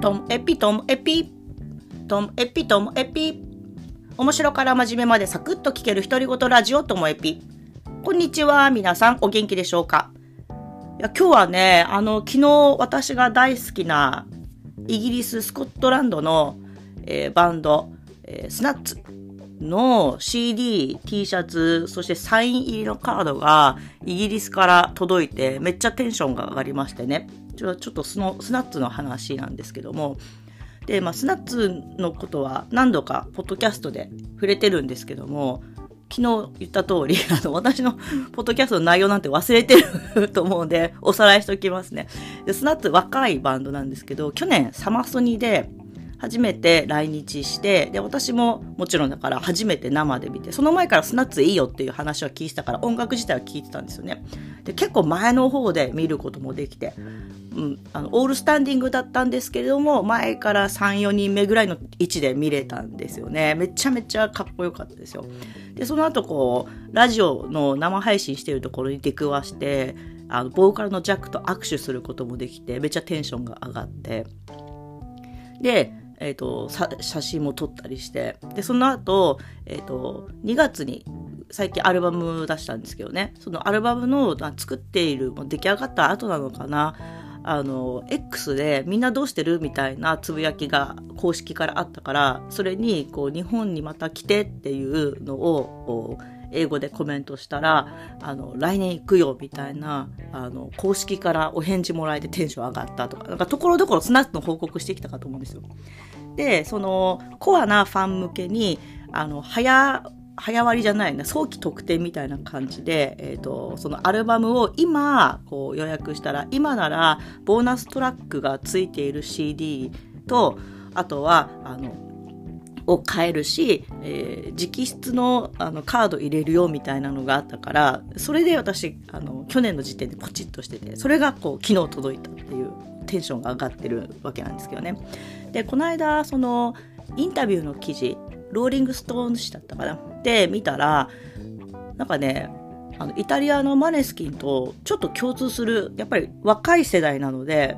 トンエピトンエピトンエピトンエピ、面白から真面目までサクッと聞ける独り言ラジオトモエピ。こんにちは、皆さんお元気でしょうか。今日はね、昨日私が大好きなイギリススコットランドの、バンド、スナッツの CD、T シャツ、そしてサイン入りのカードがイギリスから届いてめっちゃテンションが上がりましてね。ちょっとそのスナッツの話なんですけども、で、スナッツのことは何度かポッドキャストで触れてるんですけども、昨日言った通り、私のポッドキャストの内容なんて忘れてると思うんで、おさらいしておきますね。で、スナッツ若いバンドなんですけど、去年サマソニで初めて来日して、で、私ももちろんだから初めて生で見て、その前からスナッツいいよっていう話は聞いてたから、音楽自体は聞いてたんですよね。で、結構前の方で見ることもできて、オールスタンディングだったんですけれども、前から3、4人目ぐらいの位置で見れたんですよね。めちゃめちゃかっこよかったですよ。で、その後ラジオの生配信してるところに出くわして、ボーカルのジャックと握手することもできて、めっちゃテンションが上がって、で、写真も撮ったりして、で、その後、2月に最近アルバム出したんですけどね、そのアルバムの作っている、出来上がった後なのかな、X でみんなどうしてるみたいなつぶやきが公式からあったから、それに日本にまた来てっていうのを英語でコメントしたら、来年行くよみたいな公式からお返事もらえてテンション上がったとか、なんかところどころスナッツの報告してきたかと思うんですよ。で、そのコアなファン向けに早割りじゃないな、早期特典みたいな感じで、そのアルバムを今予約したら、今ならボーナストラックがついている CD と、あとはを買えるし、直筆のカード入れるよみたいなのがあったから、それで私去年の時点でポチッとしてて、それが昨日届いたっていうテンションが上がってるわけなんですけどね。で、この間そのインタビューの記事、ローリングストーン誌だったかなで見たら、なんかね、イタリアのマネスキンとちょっと共通する、やっぱり若い世代なので、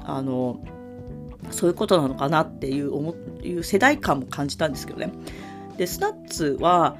そういうことなのかなっていう世代感も感じたんですけどね。で、スナッツは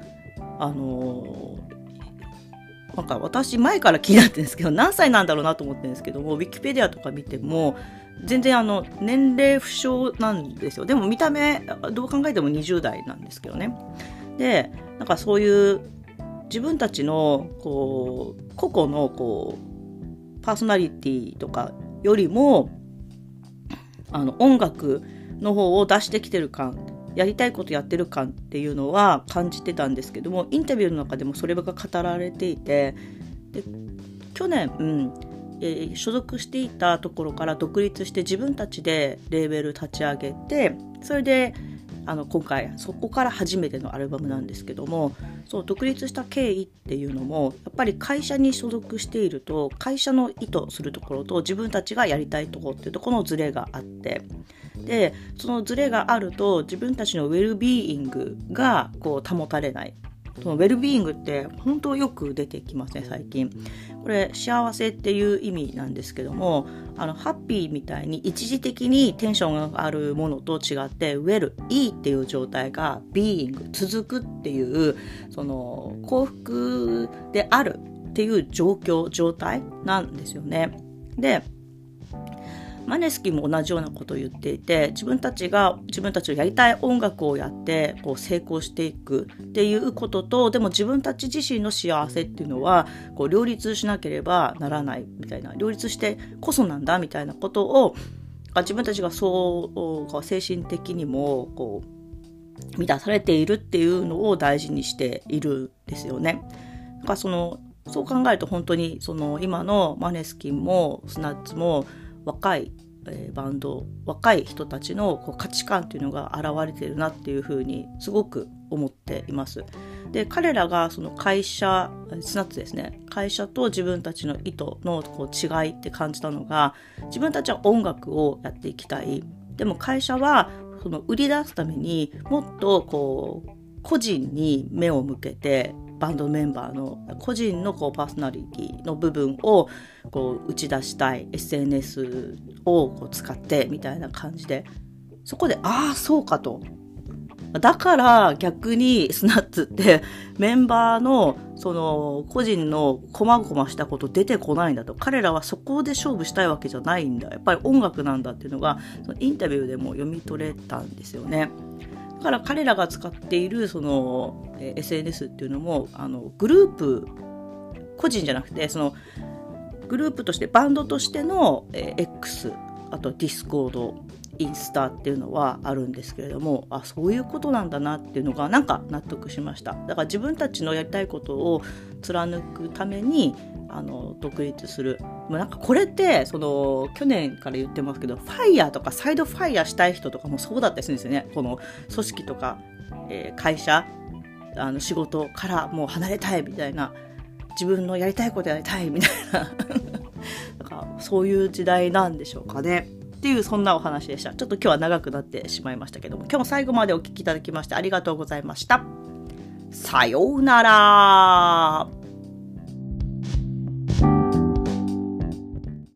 なんか私前から気になってるんですけど、何歳なんだろうなと思ってるんですけども、ウィキペディアとか見ても全然年齢不詳なんですよ。でも見た目どう考えても20代なんですけどね。で、なんかそういう自分たちの個々のパーソナリティとかよりも音楽の方を出してきてる感、やりたいことやってる感っていうのは感じてたんですけども、インタビューの中でもそれが語られていて、で、去年、所属していたところから独立して自分たちでレーベル立ち上げて、それで今回そこから初めてのアルバムなんですけども、そう独立した経緯っていうのも、やっぱり会社に所属していると会社の意図するところと自分たちがやりたいところっていうところのズレがあって、でそのズレがあると自分たちのウェルビーイングが保たれない。そのウェルビーイングって本当よく出てきますね、最近。これ幸せっていう意味なんですけども、ハッピーみたいに一時的にテンションが上がるものと違って、ウェル、いいっていう状態がビーイング、続くっていう、その幸福であるっていう状態なんですよね。で、マネスキンも同じようなことを言っていて、自分たちのやりたい音楽をやって成功していくっていうことと、でも自分たち自身の幸せっていうのは両立しなければならないみたいな、両立してこそなんだみたいなことを自分たちがそう精神的にも満たされているっていうのを大事にしているんですよね。だからそう考えると本当に今のマネスキンもスナッツも若いバンド、若い人たちの価値観っていうのが現れてるなっていうふうにすごく思っています。で、彼らがその会社、スナッツですね、会社と自分たちの意図の違いって感じたのが、自分たちは音楽をやっていきたい。でも会社は売り出すためにもっと個人に目を向けてバンドメンバーの個人のこうパーソナリティの部分をこう打ち出したい SNS をこう使ってみたいな感じで、そこでそうかと。だから逆にスナッツってメンバーのその個人の細々したこと出てこないんだと。彼らはそこで勝負したいわけじゃないんだ。やっぱり音楽なんだっていうのがそのインタビューでも読み取れたんですよね。だから彼らが使っているその SNS っていうのもグループ、個人じゃなくてそのグループとしてバンドとしての X、あとディスコード、インスタっていうのはあるんですけれども、そういうことなんだなっていうのがなんか納得しました。だから自分たちのやりたいことを貫くために独立する。なんかこれってその去年から言ってますけど、ファイヤーとかサイドファイヤーしたい人とかもそうだったりするんですよね。この組織とか、会社仕事からもう離れたいみたいな、自分のやりたいことやりたいみたいなだからそういう時代なんでしょうかねっていう、そんなお話でした。ちょっと今日は長くなってしまいましたけども、今日も最後までお聞きいただきましてありがとうございました。さようなら。